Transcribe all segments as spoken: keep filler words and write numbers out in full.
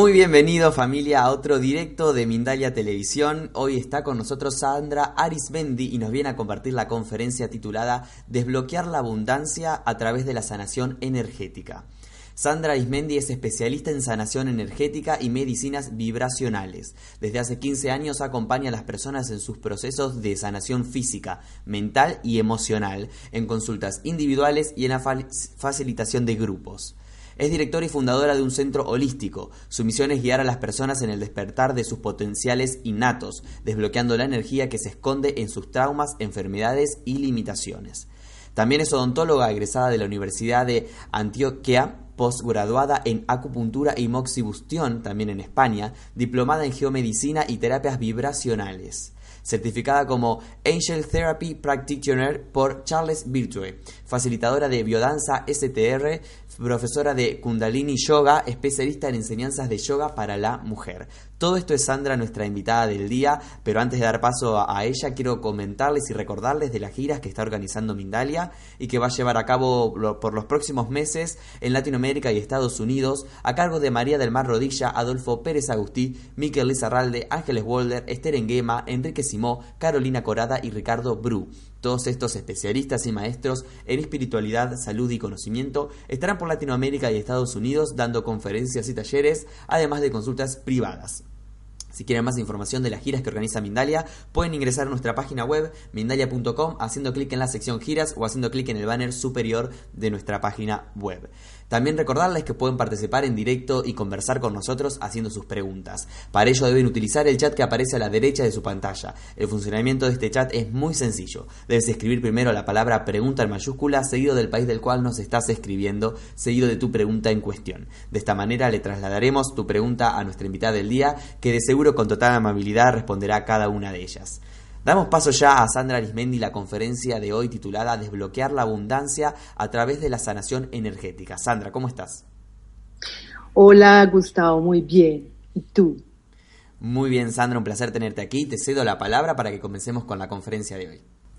Muy bienvenido familia a otro directo de Mindalia Televisión. Hoy está con nosotros Sandra Arizmendi y nos viene a compartir la conferencia titulada Desbloquear la abundancia a través de la sanación energética. Sandra Arizmendi es especialista en sanación energética y medicinas vibracionales. Desde hace quince años acompaña a las personas en sus procesos de sanación física, mental y emocional, en consultas individuales y en la facilitación de grupos. Es directora y fundadora de un centro holístico. Su misión es guiar a las personas en el despertar de sus potenciales innatos, desbloqueando la energía que se esconde en sus traumas, enfermedades y limitaciones. También es odontóloga egresada de la Universidad de Antioquia, postgraduada en acupuntura y moxibustión, también en España, diplomada en geomedicina y terapias vibracionales. Certificada como Angel Therapy Practitioner por Charles Virtue, facilitadora de biodanza S T R, profesora de Kundalini Yoga, especialista en enseñanzas de yoga para la mujer. Todo esto es Sandra, nuestra invitada del día, pero antes de dar paso a, a ella, quiero comentarles y recordarles de las giras que está organizando Mindalia y que va a llevar a cabo lo, por los próximos meses en Latinoamérica y Estados Unidos, a cargo de María del Mar Rodilla, Adolfo Pérez Agustí, Miquel Lizarralde, Ángeles Wolder, Esther Enguema, Enrique Simó, Carolina Corada y Ricardo Bru. Todos estos especialistas y maestros en espiritualidad, salud y conocimiento estarán por Latinoamérica y Estados Unidos dando conferencias y talleres, además de consultas privadas. Si quieren más información de las giras que organiza Mindalia, pueden ingresar a nuestra página web mindalia punto com haciendo clic en la sección giras o haciendo clic en el banner superior de nuestra página web. También recordarles que pueden participar en directo y conversar con nosotros haciendo sus preguntas. Para ello deben utilizar el chat que aparece a la derecha de su pantalla. El funcionamiento de este chat es muy sencillo. Debes escribir primero la palabra pregunta en mayúscula, seguido del país del cual nos estás escribiendo, seguido de tu pregunta en cuestión. De esta manera le trasladaremos tu pregunta a nuestra invitada del día, que de seguro con total amabilidad responderá a cada una de ellas. Damos paso ya a Sandra Arizmendi, la conferencia de hoy titulada Desbloquear la abundancia a través de la sanación energética. Sandra, ¿cómo estás? Hola, Gustavo, muy bien. ¿Y tú? Muy bien, Sandra, un placer tenerte aquí. Te cedo la palabra para que comencemos con la conferencia de hoy.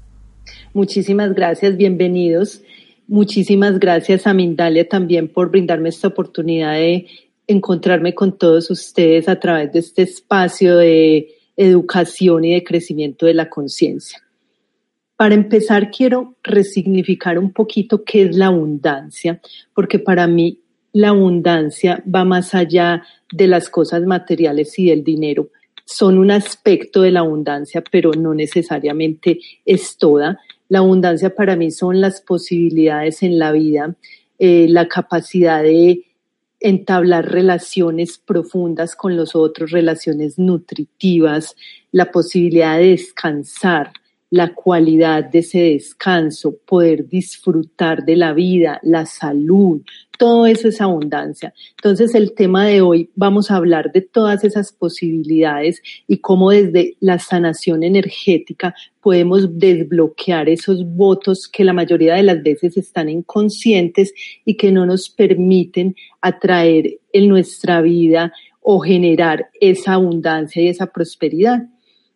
Muchísimas gracias, bienvenidos. Muchísimas gracias a Mindalia también por brindarme esta oportunidad de encontrarme con todos ustedes a través de este espacio de educación y de crecimiento de la conciencia. Para empezar, quiero resignificar un poquito qué es la abundancia, porque para mí la abundancia va más allá de las cosas materiales y del dinero. Son un aspecto de la abundancia, pero no necesariamente es toda. La abundancia para mí son las posibilidades en la vida, eh, la capacidad de entablar relaciones profundas con los otros, relaciones nutritivas, la posibilidad de descansar, la cualidad de ese descanso, poder disfrutar de la vida, la salud, todo eso es abundancia. Entonces, el tema de hoy vamos a hablar de todas esas posibilidades y cómo desde la sanación energética podemos desbloquear esos votos que la mayoría de las veces están inconscientes y que no nos permiten atraer en nuestra vida o generar esa abundancia y esa prosperidad.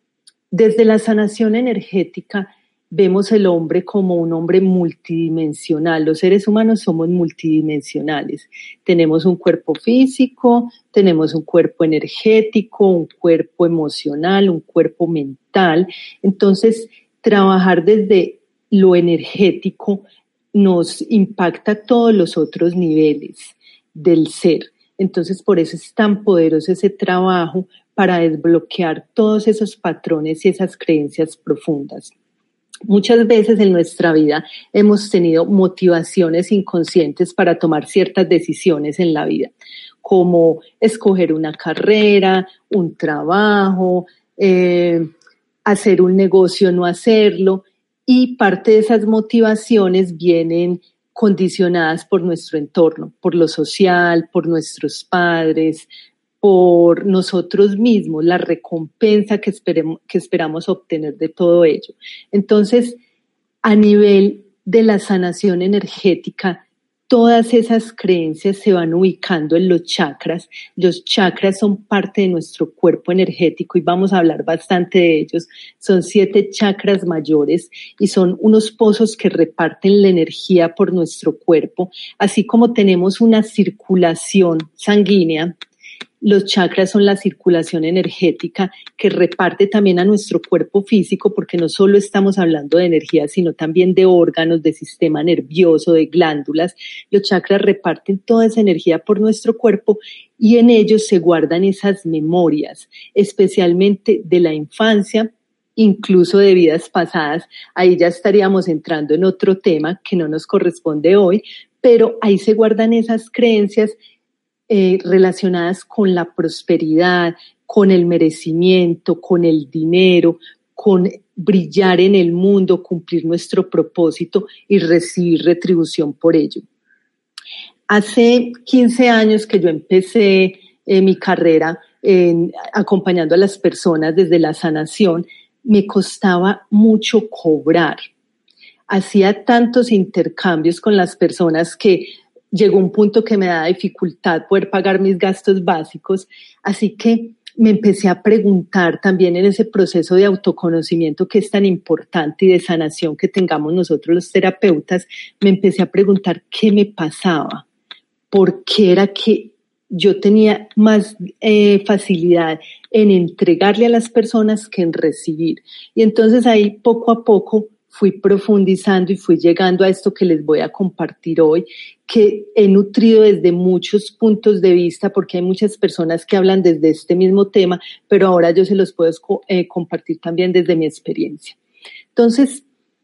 Desde la sanación energética vemos el hombre como un hombre multidimensional. Los seres humanos somos multidimensionales. Tenemos un cuerpo físico, tenemos un cuerpo energético, un cuerpo emocional, un cuerpo mental. Entonces, trabajar desde lo energético nos impacta a todos los otros niveles del ser. Entonces, por eso es tan poderoso ese trabajo para desbloquear todos esos patrones y esas creencias profundas. Muchas veces en nuestra vida hemos tenido motivaciones inconscientes para tomar ciertas decisiones en la vida, como escoger una carrera, un trabajo, eh, hacer un negocio, no hacerlo, y parte de esas motivaciones vienen condicionadas por nuestro entorno, por lo social, por nuestros padres, por nosotros mismos, la recompensa que, esperemos, que esperamos obtener de todo ello. Entonces, a nivel de la sanación energética, todas esas creencias se van ubicando en los chakras. Los chakras son parte de nuestro cuerpo energético y vamos a hablar bastante de ellos. Son siete chakras mayores y son unos pozos que reparten la energía por nuestro cuerpo, así como tenemos una circulación sanguínea. Los chakras son la circulación energética que reparte también a nuestro cuerpo físico, porque no solo estamos hablando de energía, sino también de órganos, de sistema nervioso, de glándulas. Los chakras reparten toda esa energía por nuestro cuerpo y en ellos se guardan esas memorias, especialmente de la infancia, incluso de vidas pasadas. Ahí ya estaríamos entrando en otro tema que no nos corresponde hoy, pero ahí se guardan esas creencias eh, relacionadas con la prosperidad, con el merecimiento, con el dinero, con brillar en el mundo, cumplir nuestro propósito y recibir retribución por ello. Hace quince años que yo empecé eh, mi carrera en, acompañando a las personas desde la sanación, me costaba mucho cobrar. Hacía tantos intercambios con las personas que llegó un punto que me daba dificultad poder pagar mis gastos básicos, así que me empecé a preguntar también en ese proceso de autoconocimiento que es tan importante y de sanación que tengamos nosotros los terapeutas, me empecé a preguntar qué me pasaba, por qué era que yo tenía más eh, facilidad en entregarle a las personas que en recibir. Y entonces ahí poco a poco fui profundizando y fui llegando a esto que les voy a compartir hoy, que he nutrido desde muchos puntos de vista, porque hay muchas personas que hablan desde este mismo tema, pero ahora yo se los puedo eh, compartir también desde mi experiencia. Entonces,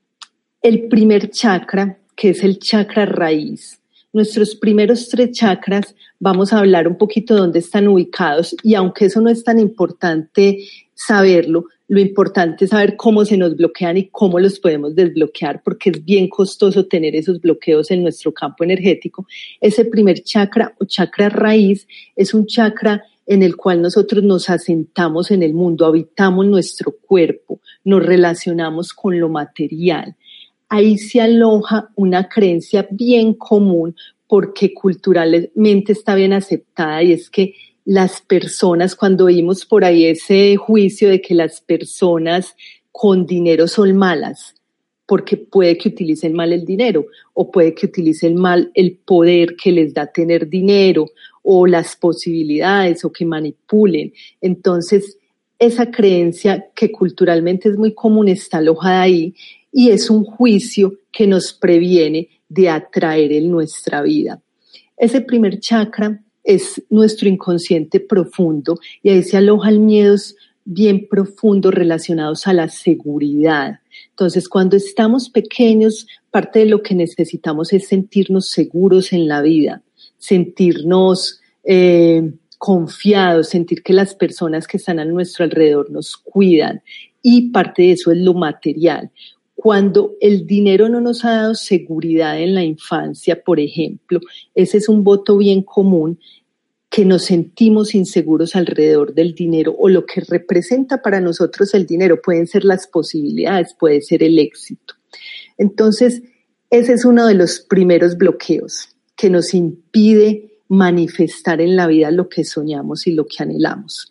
el primer chakra, que es el chakra raíz, nuestros primeros tres chakras, vamos a hablar un poquito de dónde están ubicados y aunque eso no es tan importante saberlo, lo importante es saber cómo se nos bloquean y cómo los podemos desbloquear porque es bien costoso tener esos bloqueos en nuestro campo energético. Ese primer chakra o chakra raíz es un chakra en el cual nosotros nos asentamos en el mundo, habitamos nuestro cuerpo, nos relacionamos con lo material. Ahí se aloja una creencia bien común porque culturalmente está bien aceptada y es que las personas, cuando oímos por ahí ese juicio de que las personas con dinero son malas, porque puede que utilicen mal el dinero o puede que utilicen mal el poder que les da tener dinero o las posibilidades o que manipulen. Entonces, esa creencia que culturalmente es muy común está alojada ahí y es un juicio que nos previene de atraer en nuestra vida. Ese primer chakra es nuestro inconsciente profundo y ahí se alojan miedos bien profundos relacionados a la seguridad. Entonces, cuando estamos pequeños, parte de lo que necesitamos es sentirnos seguros en la vida, sentirnos eh, confiados, sentir que las personas que están a nuestro alrededor nos cuidan y parte de eso es lo material. Cuando el dinero no nos ha dado seguridad en la infancia, por ejemplo, ese es un voto bien común que nos sentimos inseguros alrededor del dinero o lo que representa para nosotros el dinero. Pueden ser las posibilidades, puede ser el éxito. Entonces, ese es uno de los primeros bloqueos que nos impide manifestar en la vida lo que soñamos y lo que anhelamos.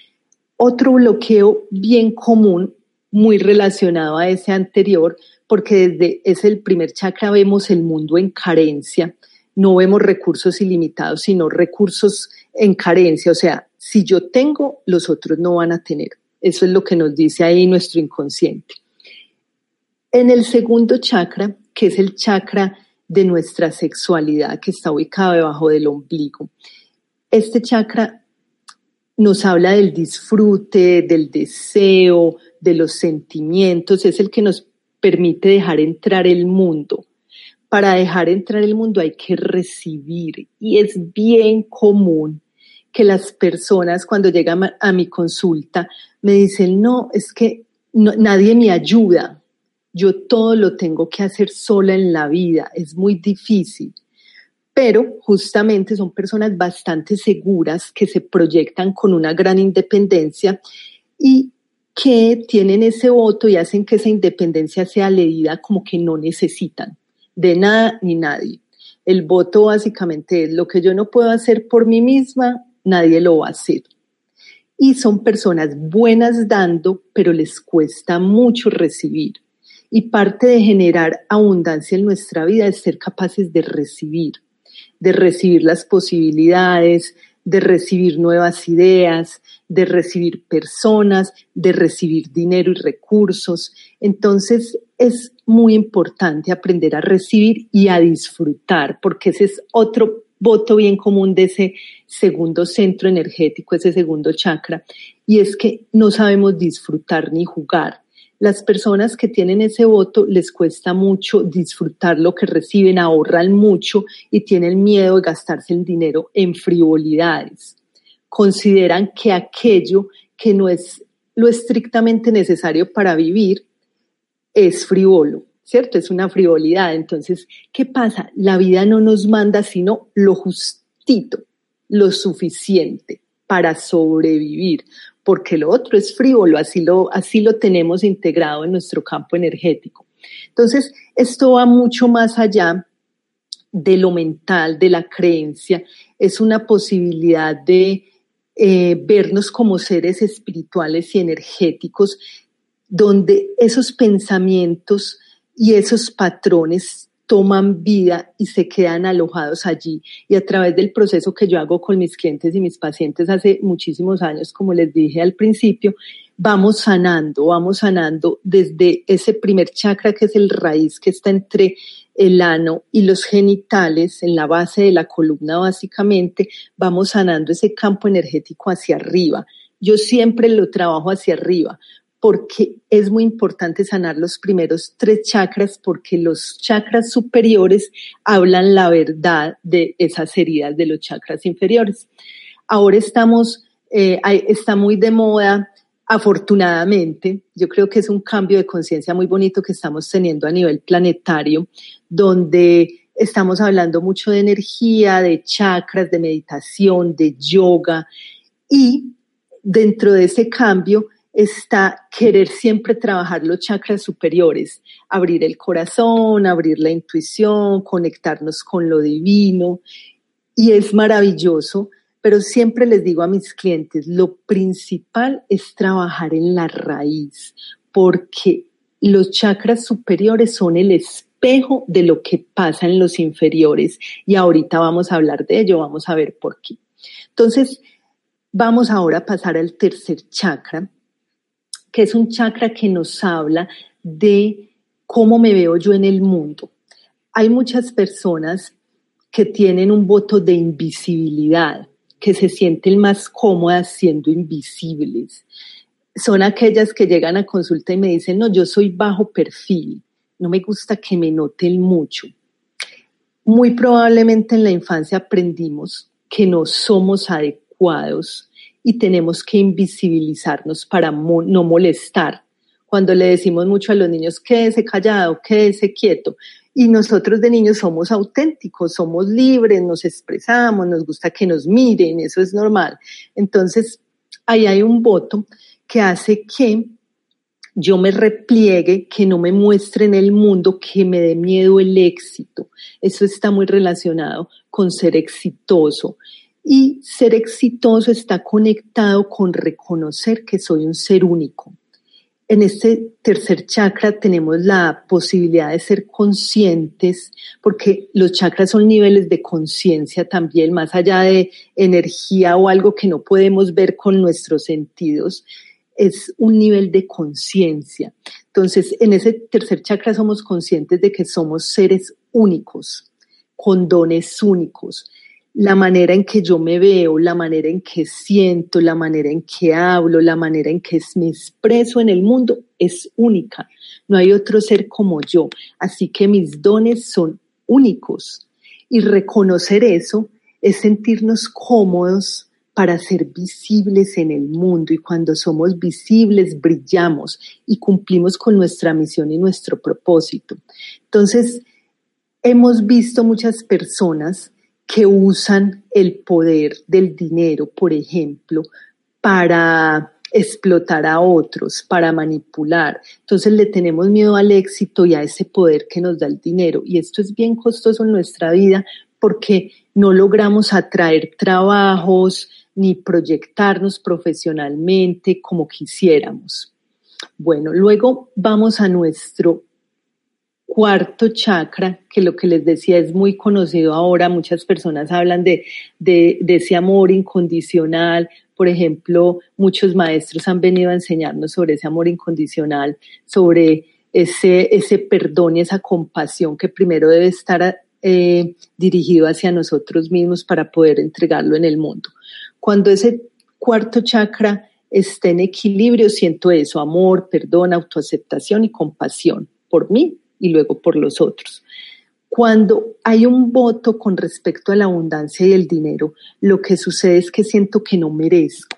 Otro bloqueo bien común, muy relacionado a ese anterior, porque desde ese el primer chakra vemos el mundo en carencia, no vemos recursos ilimitados, sino recursos en carencia, o sea, si yo tengo, los otros no van a tener. Eso es lo que nos dice ahí nuestro inconsciente. En el segundo chakra, que es el chakra de nuestra sexualidad, que está ubicado debajo del ombligo, este chakra nos habla del disfrute, del deseo, de los sentimientos, es el que nos permite dejar entrar el mundo. Para dejar entrar el mundo hay que recibir y es bien común que las personas cuando llegan a mi consulta me dicen, no, es que no, nadie me ayuda, yo todo lo tengo que hacer sola en la vida, es muy difícil. Pero justamente son personas bastante seguras que se proyectan con una gran independencia y que tienen ese voto y hacen que esa independencia sea leída como que no necesitan de nada ni nadie. El voto básicamente es lo que yo no puedo hacer por mí misma, nadie lo va a hacer. Y son personas buenas dando, pero les cuesta mucho recibir. Y parte de generar abundancia en nuestra vida es ser capaces de recibir, de recibir las posibilidades, de recibir nuevas ideas, de recibir personas, de recibir dinero y recursos. Entonces es muy importante aprender a recibir y a disfrutar, porque ese es otro voto bien común de ese segundo centro energético, ese segundo chakra, y es que no sabemos disfrutar ni jugar. Las personas que tienen ese voto les cuesta mucho disfrutar lo que reciben, ahorran mucho y tienen miedo de gastarse el dinero en frivolidades. Consideran que aquello que no es lo estrictamente necesario para vivir es frívolo, ¿cierto? Es una frivolidad. Entonces, ¿qué pasa? La vida no nos manda sino lo justito, lo suficiente para sobrevivir, porque lo otro es frívolo, así lo, así lo tenemos integrado en nuestro campo energético. Entonces, esto va mucho más allá de lo mental, de la creencia, es una posibilidad de eh, vernos como seres espirituales y energéticos, donde esos pensamientos y esos patrones toman vida y se quedan alojados allí. Y a través del proceso que yo hago con mis clientes y mis pacientes hace muchísimos años, como les dije al principio, vamos sanando, vamos sanando desde ese primer chakra que es el raíz, que está entre el ano y los genitales, en la base de la columna básicamente, vamos sanando ese campo energético hacia arriba. Yo siempre lo trabajo hacia arriba, porque es muy importante sanar los primeros tres chakras, porque los chakras superiores hablan la verdad de esas heridas de los chakras inferiores. Ahora estamos, eh, está muy de moda, afortunadamente, yo creo que es un cambio de conciencia muy bonito que estamos teniendo a nivel planetario, donde estamos hablando mucho de energía, de chakras, de meditación, de yoga, y dentro de ese cambio está querer siempre trabajar los chakras superiores, abrir el corazón, abrir la intuición, conectarnos con lo divino, y es maravilloso, pero siempre les digo a mis clientes, lo principal es trabajar en la raíz, porque los chakras superiores son el espejo de lo que pasa en los inferiores, y ahorita vamos a hablar de ello, vamos a ver por qué. Entonces, vamos ahora a pasar al tercer chakra, que es un chakra que nos habla de cómo me veo yo en el mundo. Hay muchas personas que tienen un voto de invisibilidad, que se sienten más cómodas siendo invisibles. Son aquellas que llegan a consulta y me dicen, no, yo soy bajo perfil, no me gusta que me noten mucho. Muy probablemente en la infancia aprendimos que no somos adecuados y tenemos que invisibilizarnos para mo- no molestar. Cuando le decimos mucho a los niños, quédese callado, quédese quieto, y nosotros de niños somos auténticos, somos libres, nos expresamos, nos gusta que nos miren, eso es normal. Entonces, ahí hay un voto que hace que yo me repliegue, que no me muestre en el mundo, que me dé miedo el éxito. Eso está muy relacionado con ser exitoso. Y ser exitoso está conectado con reconocer que soy un ser único. En este tercer chakra tenemos la posibilidad de ser conscientes, porque los chakras son niveles de conciencia también, más allá de energía o algo que no podemos ver con nuestros sentidos, es un nivel de conciencia. Entonces, en ese tercer chakra somos conscientes de que somos seres únicos, con dones únicos. La manera en que yo me veo, la manera en que siento, la manera en que hablo, la manera en que me expreso en el mundo es única. No hay otro ser como yo. Así que mis dones son únicos. Y reconocer eso es sentirnos cómodos para ser visibles en el mundo. Y cuando somos visibles, brillamos y cumplimos con nuestra misión y nuestro propósito. Entonces, hemos visto muchas personas que usan el poder del dinero, por ejemplo, para explotar a otros, para manipular. Entonces le tenemos miedo al éxito y a ese poder que nos da el dinero. Y esto es bien costoso en nuestra vida porque no logramos atraer trabajos ni proyectarnos profesionalmente como quisiéramos. Bueno, luego vamos a nuestro cuarto chakra, que lo que les decía es muy conocido ahora, muchas personas hablan de, de, de ese amor incondicional. Por ejemplo, muchos maestros han venido a enseñarnos sobre ese amor incondicional, sobre ese, ese perdón y esa compasión que primero debe estar eh, dirigido hacia nosotros mismos para poder entregarlo en el mundo. Cuando ese cuarto chakra está en equilibrio, siento eso, amor, perdón, autoaceptación y compasión por mí y luego por los otros. Cuando hay un voto con respecto a la abundancia y el dinero, lo que sucede es que siento que no merezco.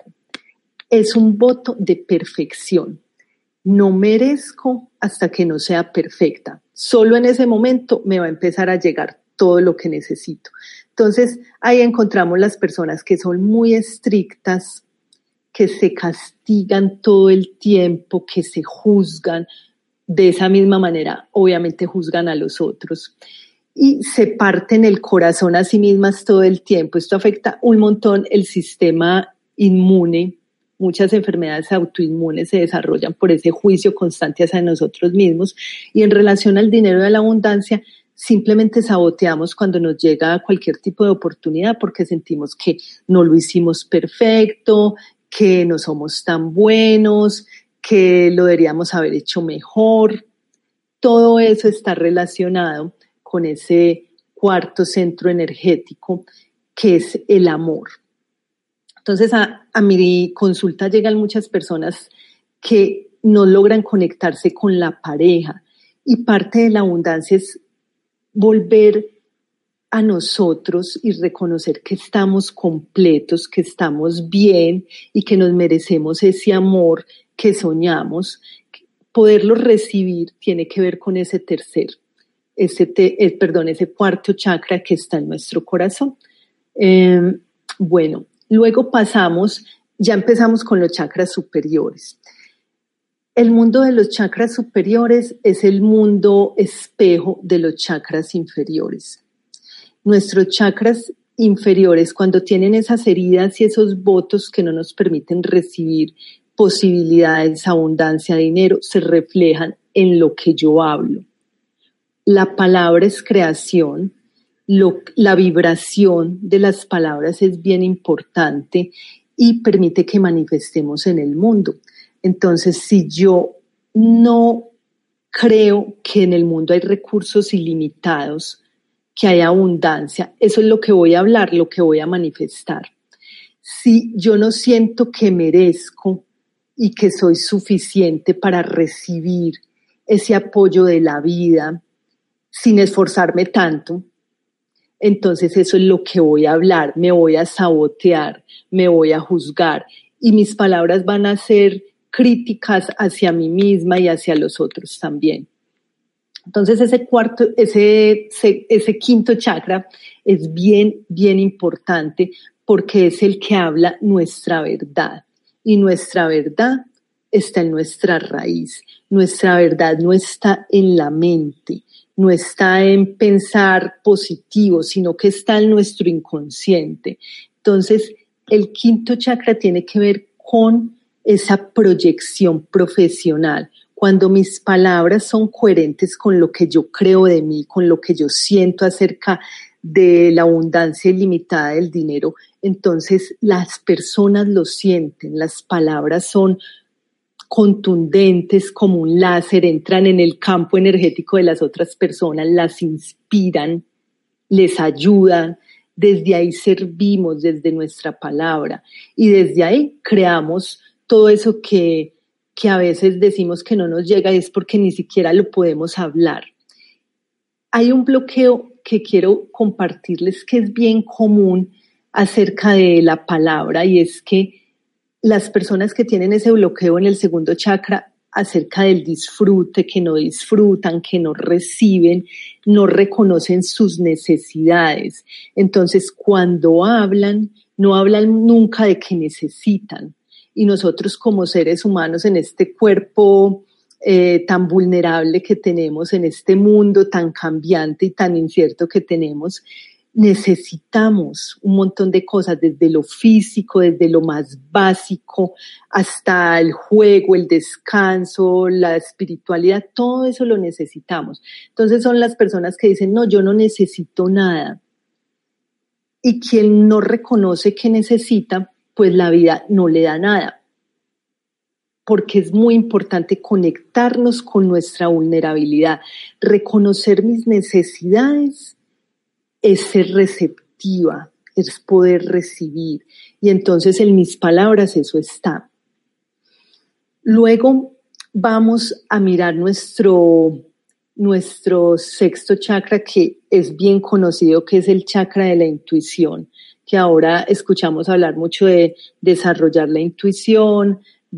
Es un voto de perfección. No merezco hasta que no sea perfecta. Solo en ese momento me va a empezar a llegar todo lo que necesito. Entonces, ahí encontramos las personas que son muy estrictas, que se castigan todo el tiempo, que se juzgan. De esa misma manera, obviamente, juzgan a los otros. Y se parten el corazón a sí mismas todo el tiempo. Esto afecta un montón el sistema inmune. Muchas enfermedades autoinmunes se desarrollan por ese juicio constante hacia nosotros mismos. Y en relación al dinero y a la abundancia, simplemente saboteamos cuando nos llega cualquier tipo de oportunidad porque sentimos que no lo hicimos perfecto, que no somos tan buenos, que lo deberíamos haber hecho mejor. Todo eso está relacionado con ese cuarto centro energético que es el amor. Entonces a, a mi consulta llegan muchas personas que no logran conectarse con la pareja y parte de la abundancia es volver a nosotros y reconocer que estamos completos, que estamos bien y que nos merecemos ese amor que soñamos. Poderlo recibir tiene que ver con ese tercer, ese, te, eh, perdón, ese cuarto chakra que está en nuestro corazón. Eh, bueno, luego pasamos, ya empezamos con los chakras superiores. El mundo de los chakras superiores es el mundo espejo de los chakras inferiores. Nuestros chakras inferiores, cuando tienen esas heridas y esos votos que no nos permiten recibir posibilidades, abundancia, dinero, se reflejan en lo que yo hablo. La palabra es creación, lo, la vibración de las palabras es bien importante y permite que manifestemos en el mundo. Entonces, si yo no creo que en el mundo hay recursos ilimitados, que hay abundancia, eso es lo que voy a hablar, lo que voy a manifestar. Si yo no siento que merezco y que soy suficiente para recibir ese apoyo de la vida sin esforzarme tanto, entonces eso es lo que voy a hablar, me voy a sabotear, me voy a juzgar y mis palabras van a ser críticas hacia mí misma y hacia los otros también. Entonces ese cuarto, ese, ese, ese quinto chakra es bien, bien importante porque es el que habla nuestra verdad. Y nuestra verdad está en nuestra raíz. Nuestra verdad no está en la mente, no está en pensar positivo, sino que está en nuestro inconsciente. Entonces, el quinto chakra tiene que ver con esa proyección profesional. Cuando mis palabras son coherentes con lo que yo creo de mí, con lo que yo siento acerca de la abundancia ilimitada del dinero, entonces las personas lo sienten, las palabras son contundentes como un láser, entran en el campo energético de las otras personas, las inspiran, les ayudan, desde ahí servimos, desde nuestra palabra y desde ahí creamos todo eso que, que a veces decimos que no nos llega y es porque ni siquiera lo podemos hablar. Hay un bloqueo que quiero compartirles que es bien común acerca de la palabra y es que las personas que tienen ese bloqueo en el segundo chakra acerca del disfrute, que no disfrutan, que no reciben, no reconocen sus necesidades. Entonces, cuando hablan, no hablan nunca de que necesitan. Y nosotros como seres humanos en este cuerpo eh, tan vulnerable que tenemos, en este mundo tan cambiante y tan incierto que tenemos, necesitamos un montón de cosas, desde lo físico, desde lo más básico, hasta el juego, el descanso, la espiritualidad, todo eso lo necesitamos. Entonces son las personas que dicen, no, yo no necesito nada. Y quien no reconoce que necesita, pues la vida no le da nada. Porque es muy importante conectarnos con nuestra vulnerabilidad, reconocer mis necesidades, es ser receptiva, es poder recibir. Y entonces en mis palabras eso está. Luego vamos a mirar nuestro, nuestro sexto chakra, que es bien conocido, que es el chakra de la intuición, que ahora escuchamos hablar mucho de desarrollar la intuición,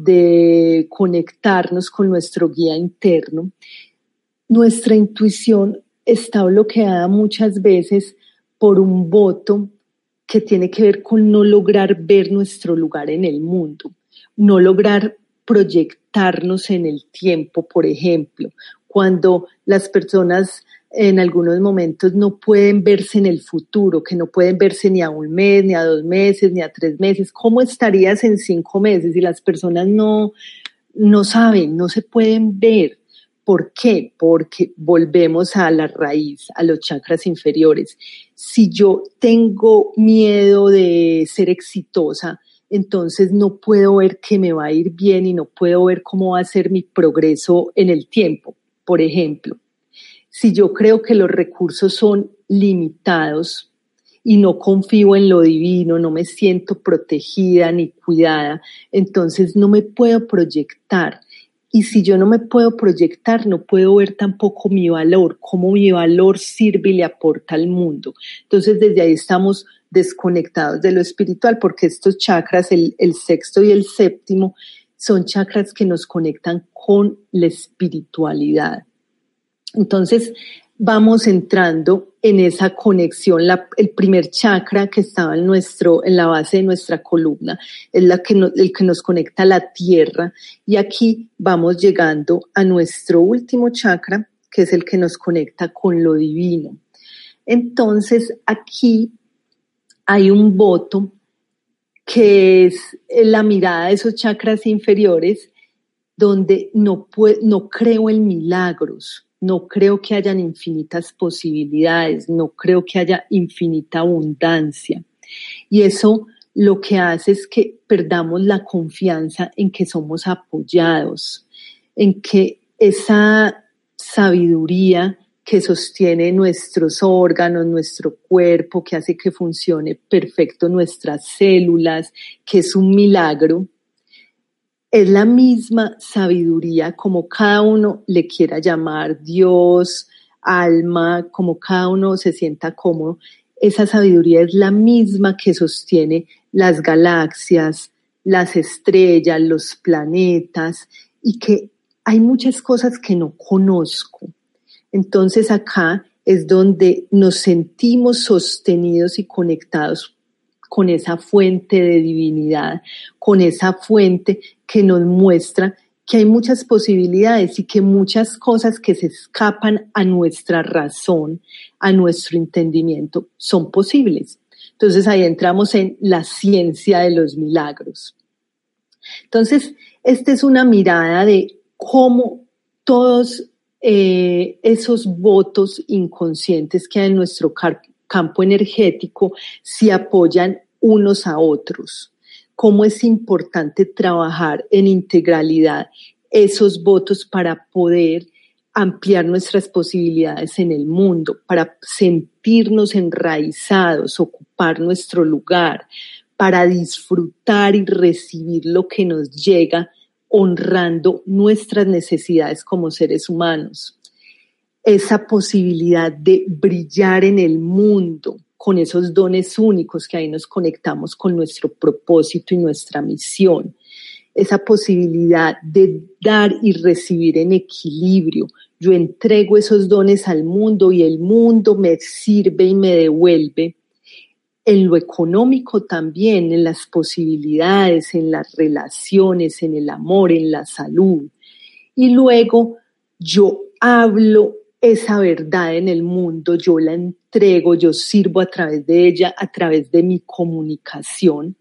de conectarnos con nuestro guía interno. Nuestra intuición está bloqueada muchas veces por un voto que tiene que ver con no lograr ver nuestro lugar en el mundo, no lograr proyectarnos en el tiempo, por ejemplo, cuando las personas en algunos momentos no pueden verse en el futuro, que no pueden verse ni a un mes, ni a dos meses, ni a tres meses. ¿Cómo estarías en cinco meses? Y las personas no, no saben, no se pueden ver. ¿Por qué? Porque volvemos a la raíz, a los chakras inferiores. Si yo tengo miedo de ser exitosa, entonces no puedo ver que me va a ir bien y no puedo ver cómo va a ser mi progreso en el tiempo, por ejemplo. Si yo creo que los recursos son limitados y no confío en lo divino, no me siento protegida ni cuidada, entonces no me puedo proyectar. Y si yo no me puedo proyectar, no puedo ver tampoco mi valor, cómo mi valor sirve y le aporta al mundo. Entonces desde ahí estamos desconectados de lo espiritual, porque estos chakras, el, el sexto y el séptimo, son chakras que nos conectan con la espiritualidad. Entonces vamos entrando en esa conexión. La, el primer chakra que estaba en, nuestro, en la base de nuestra columna es la que no, el que nos conecta a la tierra, y aquí vamos llegando a nuestro último chakra, que es el que nos conecta con lo divino. Entonces aquí hay un voto que es la mirada de esos chakras inferiores, donde no, puedo, no creo en milagros. No creo que hayan infinitas posibilidades, no creo que haya infinita abundancia. Y eso lo que hace es que perdamos la confianza en que somos apoyados, en que esa sabiduría que sostiene nuestros órganos, nuestro cuerpo, que hace que funcione perfecto nuestras células, que es un milagro, es la misma sabiduría, como cada uno le quiera llamar, Dios, alma, como cada uno se sienta cómodo. Esa sabiduría es la misma que sostiene las galaxias, las estrellas, los planetas, y que hay muchas cosas que no conozco. Entonces acá es donde nos sentimos sostenidos y conectados con esa fuente de divinidad, con esa fuente que nos muestra que hay muchas posibilidades y que muchas cosas que se escapan a nuestra razón, a nuestro entendimiento, son posibles. Entonces ahí entramos en la ciencia de los milagros. Entonces, esta es una mirada de cómo todos eh, esos votos inconscientes que hay en nuestro car- campo energético se apoyan unos a otros. Cómo es importante trabajar en integralidad esos votos para poder ampliar nuestras posibilidades en el mundo, para sentirnos enraizados, ocupar nuestro lugar, para disfrutar y recibir lo que nos llega, honrando nuestras necesidades como seres humanos. Esa posibilidad de brillar en el mundo con esos dones únicos, que ahí nos conectamos con nuestro propósito y nuestra misión. Esa posibilidad de dar y recibir en equilibrio. Yo entrego esos dones al mundo y el mundo me sirve y me devuelve. En lo económico también, en las posibilidades, en las relaciones, en el amor, en la salud. Y luego yo hablo esa verdad en el mundo, yo la entrego entrego, yo sirvo a través de ella, a través de mi comunicación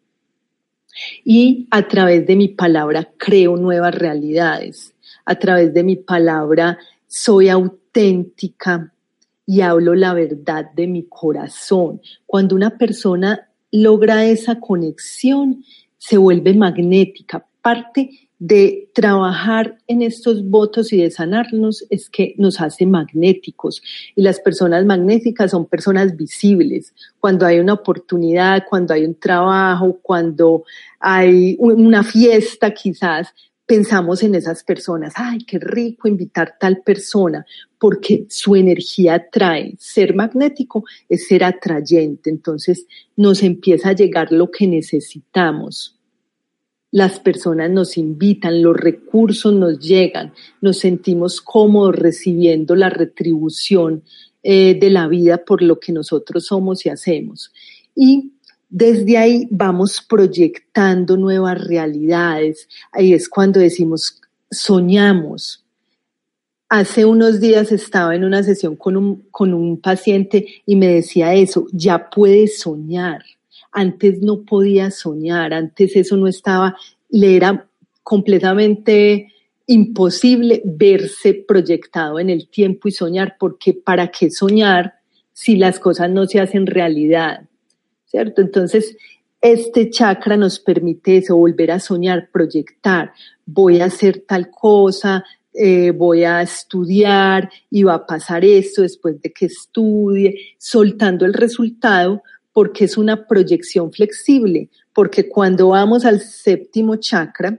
y a través de mi palabra creo nuevas realidades. A través de mi palabra soy auténtica y hablo la verdad de mi corazón. Cuando una persona logra esa conexión, se vuelve magnética. Parte de trabajar en estos votos y de sanarnos es que nos hace magnéticos. Y las personas magnéticas son personas visibles. Cuando hay una oportunidad, cuando hay un trabajo, cuando hay una fiesta quizás, pensamos en esas personas. ¡Ay, qué rico invitar tal persona! Porque su energía atrae. Ser magnético es ser atrayente. Entonces nos empieza a llegar lo que necesitamos. Las personas nos invitan, los recursos nos llegan, nos sentimos cómodos recibiendo la retribución eh, de la vida por lo que nosotros somos y hacemos. Y desde ahí vamos proyectando nuevas realidades. Ahí es cuando decimos, soñamos. Hace unos días estaba en una sesión con un, con un paciente y me decía eso, ya puedes soñar. Antes no podía soñar, antes eso no estaba, le era completamente imposible verse proyectado en el tiempo y soñar, porque ¿para qué soñar si las cosas no se hacen realidad? ¿Cierto? Entonces, este chakra nos permite eso, volver a soñar, proyectar, voy a hacer tal cosa, eh, voy a estudiar y va a pasar esto después de que estudie, soltando el resultado, porque es una proyección flexible, porque cuando vamos al séptimo chakra,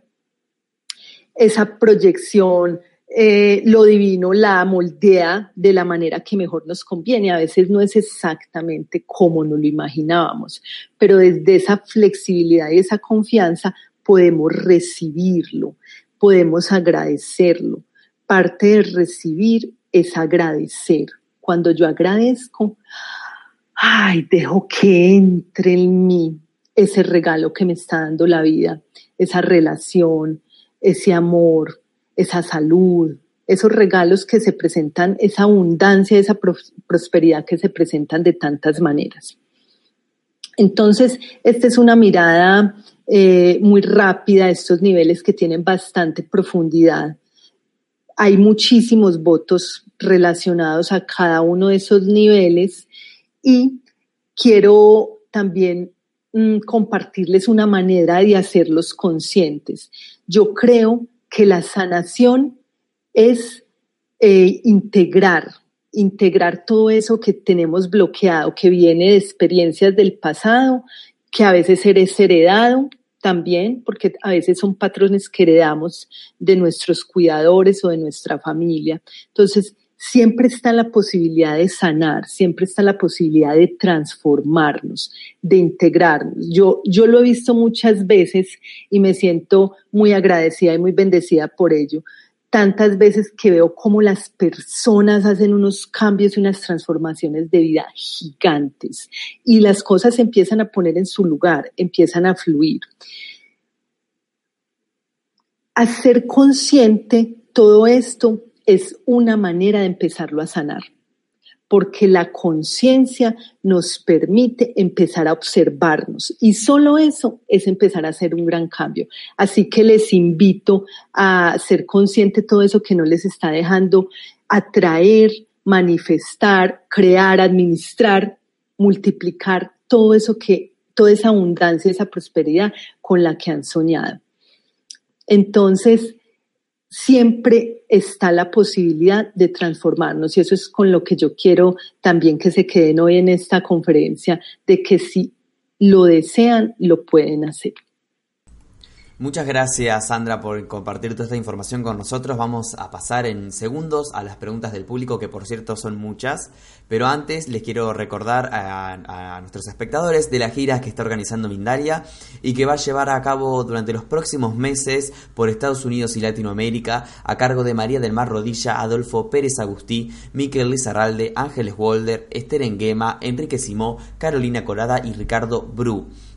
esa proyección, eh, lo divino la moldea de la manera que mejor nos conviene. A veces no es exactamente como nos lo imaginábamos, pero desde esa flexibilidad y esa confianza podemos recibirlo, podemos agradecerlo. Parte de recibir es agradecer. Cuando yo agradezco, ay, dejo que entre en mí ese regalo que me está dando la vida, esa relación, ese amor, esa salud, esos regalos que se presentan, esa abundancia, esa prosperidad que se presentan de tantas maneras. Entonces, esta es una mirada eh, muy rápida de estos niveles que tienen bastante profundidad. Hay muchísimos votos relacionados a cada uno de esos niveles. Y quiero también mmm, compartirles una manera de hacerlos conscientes. Yo creo que la sanación es eh, integrar, integrar todo eso que tenemos bloqueado, que viene de experiencias del pasado, que a veces es heredado también, porque a veces son patrones que heredamos de nuestros cuidadores o de nuestra familia. Entonces, siempre está la posibilidad de sanar, siempre está la posibilidad de transformarnos, de integrarnos. Yo, yo lo he visto muchas veces y me siento muy agradecida y muy bendecida por ello. Tantas veces que veo cómo las personas hacen unos cambios y unas transformaciones de vida gigantes y las cosas se empiezan a poner en su lugar, empiezan a fluir. Hacer consciente todo esto es una manera de empezarlo a sanar, porque la conciencia nos permite empezar a observarnos y solo eso es empezar a hacer un gran cambio. Así que les invito a ser consciente de todo eso que no les está dejando atraer, manifestar, crear, administrar, multiplicar todo eso que, toda esa abundancia, esa prosperidad con la que han soñado. Entonces, siempre está la posibilidad de transformarnos y eso es con lo que yo quiero también que se queden hoy en esta conferencia, de que si lo desean, lo pueden hacer. Muchas gracias, Sandra, por compartir toda esta información con nosotros. Vamos a pasar en segundos a las preguntas del público, que por cierto son muchas, pero antes les quiero recordar a, a nuestros espectadores de la gira que está organizando Mindalia y que va a llevar a cabo durante los próximos meses por Estados Unidos y Latinoamérica, a cargo de María del Mar Rodilla, Adolfo Pérez Agustí, Miquel Lizarralde, Ángeles Wolder, Esther Enguema, Enrique Simó, Carolina Corada y Ricardo Bru.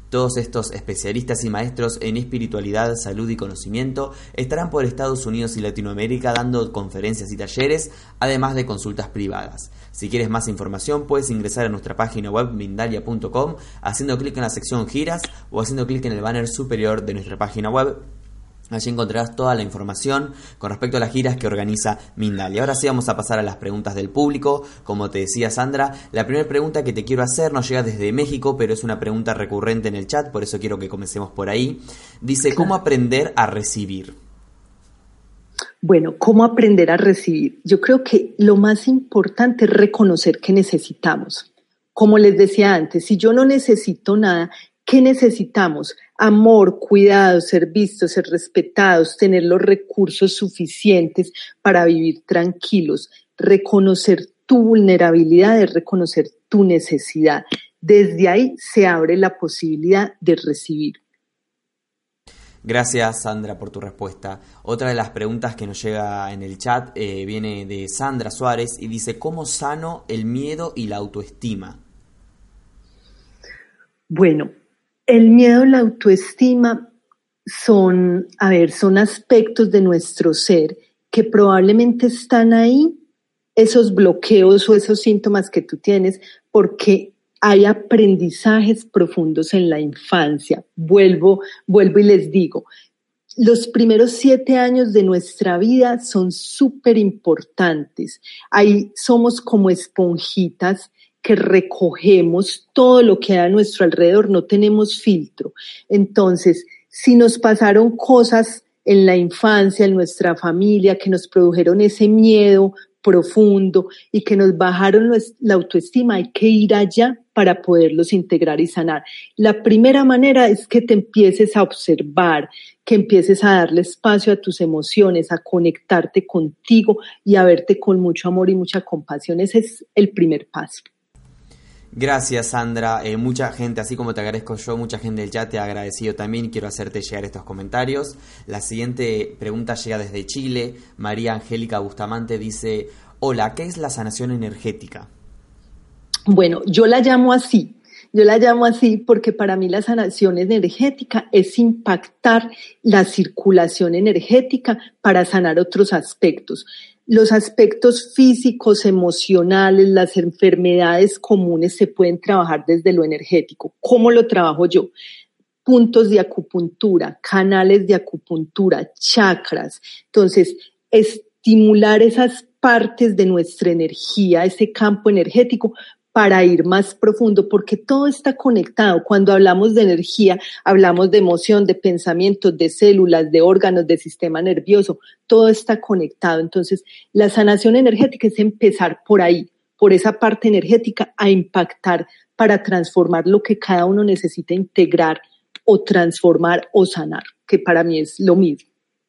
Todos estos especialistas y maestros en espiritualidad, salud y conocimiento estarán por Estados Unidos y Latinoamérica dando conferencias y talleres, además de consultas privadas. Si quieres más información, puedes ingresar a nuestra página web mindalia punto com haciendo clic en la sección giras o haciendo clic en el banner superior de nuestra página web. Allí encontrarás toda la información con respecto a las giras que organiza Mindalia. Ahora sí vamos a pasar a las preguntas del público. Como te decía Sandra, la primera pregunta que te quiero hacer nos llega desde México, pero es una pregunta recurrente en el chat, por eso quiero que comencemos por ahí. Dice, ¿cómo aprender a recibir? Bueno, ¿cómo aprender a recibir? Yo creo que lo más importante es reconocer que necesitamos. Como les decía antes, si yo no necesito nada, ¿qué necesitamos? Amor, cuidado, ser vistos, ser respetados, tener los recursos suficientes para vivir tranquilos. Reconocer tu vulnerabilidad es reconocer tu necesidad. Desde ahí se abre la posibilidad de recibir. Gracias, Sandra, por tu respuesta. Otra de las preguntas que nos llega en el chat eh, viene de Sandra Suárez y dice, ¿cómo sano el miedo y la autoestima? Bueno, el miedo y la autoestima son, a ver, son aspectos de nuestro ser que probablemente están ahí, esos bloqueos o esos síntomas que tú tienes, porque hay aprendizajes profundos en la infancia. Vuelvo, vuelvo y les digo, los primeros siete años de nuestra vida son súper importantes. Ahí somos como esponjitas que recogemos todo lo que hay a nuestro alrededor, no tenemos filtro. Entonces, si nos pasaron cosas en la infancia, en nuestra familia, que nos produjeron ese miedo profundo y que nos bajaron la autoestima, hay que ir allá para poderlos integrar y sanar. La primera manera es que te empieces a observar, que empieces a darle espacio a tus emociones, a conectarte contigo y a verte con mucho amor y mucha compasión. Ese es el primer paso. Gracias, Sandra. Eh, mucha gente, así como te agradezco yo, mucha gente del chat te ha agradecido también. Quiero hacerte llegar estos comentarios. La siguiente pregunta llega desde Chile. María Angélica Bustamante dice, hola, ¿qué es la sanación energética? Bueno, yo la llamo así. Yo la llamo así porque para mí la sanación energética es impactar la circulación energética para sanar otros aspectos. Los aspectos físicos, emocionales, las enfermedades comunes se pueden trabajar desde lo energético. ¿Cómo lo trabajo yo? Puntos de acupuntura, canales de acupuntura, chakras. Entonces, estimular esas partes de nuestra energía, ese campo energético, para ir más profundo, porque todo está conectado. Cuando hablamos de energía, hablamos de emoción, de pensamientos, de células, de órganos, de sistema nervioso, todo está conectado. Entonces, la sanación energética es empezar por ahí, por esa parte energética, a impactar para transformar lo que cada uno necesita integrar o transformar o sanar, que para mí es lo mismo.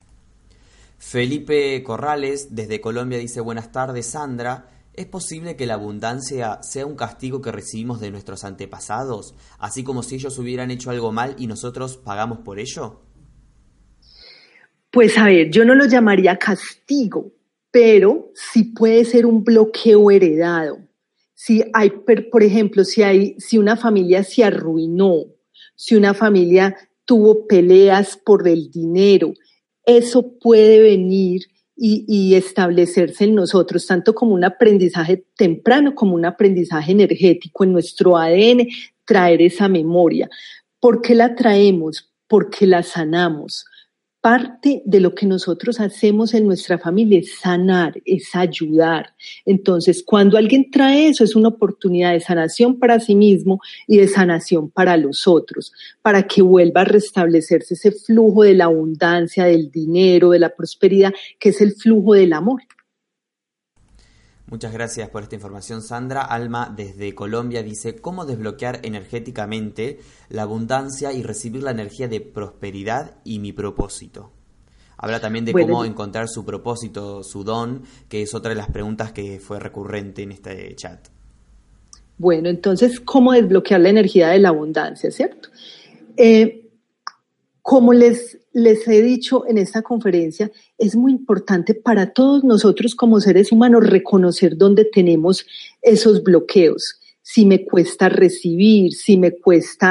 Felipe Corrales, desde Colombia, dice, buenas tardes, Sandra. ¿Es posible que la abundancia sea un castigo que recibimos de nuestros antepasados, así como si ellos hubieran hecho algo mal y nosotros pagamos por ello? Pues a ver, yo no lo llamaría castigo, pero sí puede ser un bloqueo heredado. Si hay, por ejemplo, si hay, si una familia se arruinó, si una familia tuvo peleas por el dinero, eso puede venir Y, y establecerse en nosotros, tanto como un aprendizaje temprano como un aprendizaje energético en nuestro A D N, traer esa memoria. ¿Por qué la traemos? Porque la sanamos. Parte de lo que nosotros hacemos en nuestra familia es sanar, es ayudar. Entonces, cuando alguien trae eso, es una oportunidad de sanación para sí mismo y de sanación para los otros, para que vuelva a restablecerse ese flujo de la abundancia, del dinero, de la prosperidad, que es el flujo del amor. Muchas gracias por esta información, Sandra. Alma, desde Colombia, dice, ¿cómo desbloquear energéticamente la abundancia y recibir la energía de prosperidad y mi propósito? Habla también de bueno, cómo encontrar su propósito, su don, que es otra de las preguntas que fue recurrente en este chat. Bueno, entonces, ¿cómo desbloquear la energía de la abundancia, cierto? Eh, como les... Les he dicho en esta conferencia, es muy importante para todos nosotros como seres humanos reconocer dónde tenemos esos bloqueos. Si me cuesta recibir, si me cuesta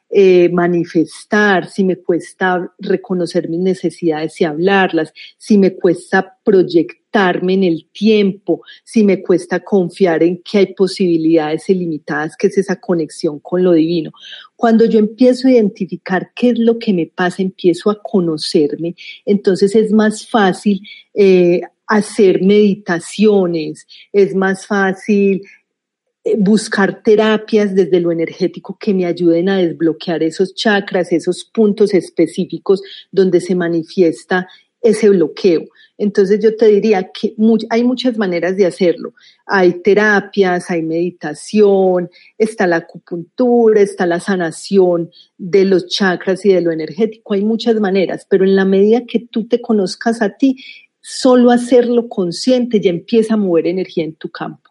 eh, manifestar, si me cuesta reconocer mis necesidades y hablarlas, si me cuesta proyectarme en el tiempo, si me cuesta confiar en que hay posibilidades ilimitadas, que es esa conexión con lo divino. Cuando yo empiezo a identificar qué es lo que me pasa, empiezo a conocerme, entonces es más fácil eh, hacer meditaciones, es más fácil buscar terapias desde lo energético que me ayuden a desbloquear esos chakras, esos puntos específicos donde se manifiesta ese bloqueo. Entonces yo te diría que muy, hay muchas maneras de hacerlo. Hay terapias, hay meditación, está la acupuntura, está la sanación de los chakras y de lo energético. Hay muchas maneras, pero en la medida que tú te conozcas a ti, solo hacerlo consciente ya empieza a mover energía en tu campo.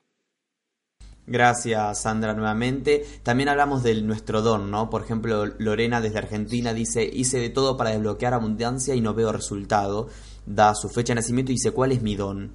Gracias, Sandra, nuevamente. También hablamos de nuestro don, ¿no? Por ejemplo, Lorena desde Argentina dice, hice de todo para desbloquear abundancia y no veo resultado. Da su fecha de nacimiento y dice, ¿cuál es mi don?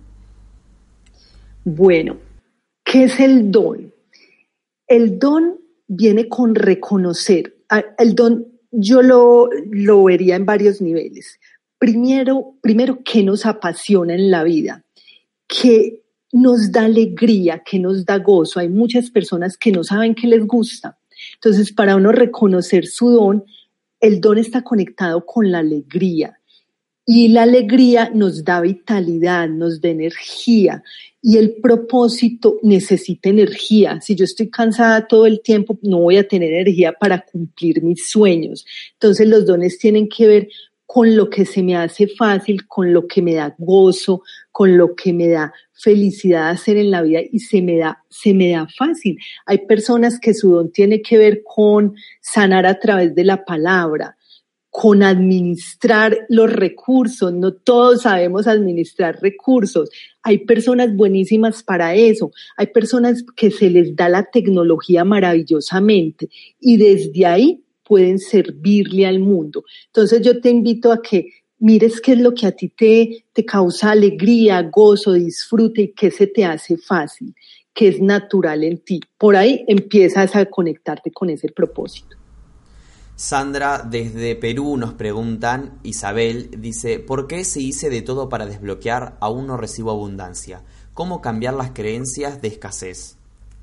Bueno, ¿qué es el don? El don viene con reconocer. El don yo lo, lo vería en varios niveles. Primero, primero, ¿qué nos apasiona en la vida? ¿Qué nos da alegría, que nos da gozo? Hay muchas personas que no saben qué les gusta. Entonces, para uno reconocer su don, el don está conectado con la alegría. Y la alegría nos da vitalidad, nos da energía. Y el propósito necesita energía. Si yo estoy cansada todo el tiempo, no voy a tener energía para cumplir mis sueños. Entonces, los dones tienen que ver con lo que se me hace fácil, con lo que me da gozo, con lo que me da felicidad hacer en la vida y se me da, se me da fácil. Hay personas que su don tiene que ver con sanar a través de la palabra, con administrar los recursos. No todos sabemos administrar recursos. Hay personas buenísimas para eso. Hay personas que se les da la tecnología maravillosamente y desde ahí pueden servirle al mundo. Entonces yo te invito a que mires qué es lo que a ti te, te causa alegría, gozo, disfrute y qué se te hace fácil, qué es natural en ti. Por ahí empiezas a conectarte con ese propósito. Sandra, desde Perú nos preguntan, Isabel dice, ¿por qué si hice de todo para desbloquear aún no recibo abundancia? ¿Cómo cambiar las creencias de escasez?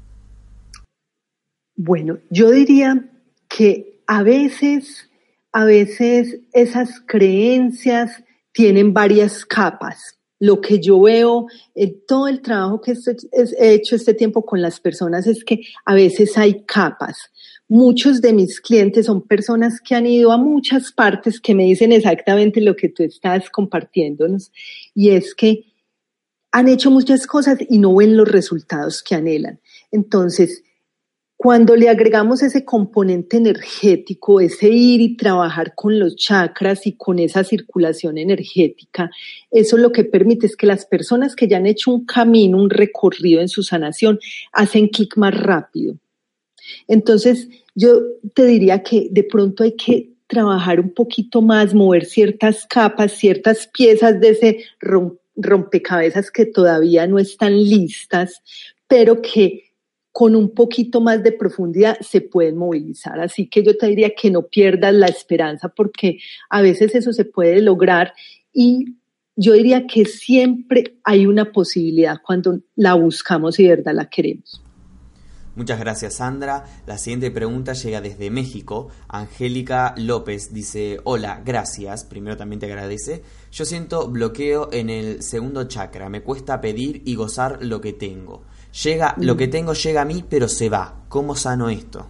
Bueno, yo diría que a veces, a veces esas creencias tienen varias capas. Lo que yo veo en todo el trabajo que he hecho este tiempo con las personas es que a veces hay capas. Muchos de mis clientes son personas que han ido a muchas partes que me dicen exactamente lo que tú estás compartiéndonos, y es que han hecho muchas cosas y no ven los resultados que anhelan. Entonces, cuando le agregamos ese componente energético, ese ir y trabajar con los chakras y con esa circulación energética, eso lo que permite es que las personas que ya han hecho un camino, un recorrido en su sanación, hacen clic más rápido. Entonces, yo te diría que de pronto hay que trabajar un poquito más, mover ciertas capas, ciertas piezas de ese rompecabezas que todavía no están listas, pero que con un poquito más de profundidad se pueden movilizar. Así que yo te diría que no pierdas la esperanza, porque a veces eso se puede lograr y yo diría que siempre hay una posibilidad cuando la buscamos y de verdad la queremos. Muchas gracias, Sandra. La siguiente pregunta llega desde México. Angélica López dice, hola, gracias. Primero también te agradece. Yo siento bloqueo en el segundo chakra. Me cuesta pedir y gozar lo que tengo. Llega, mm. Lo que tengo llega a mí, pero se va. ¿Cómo sano esto?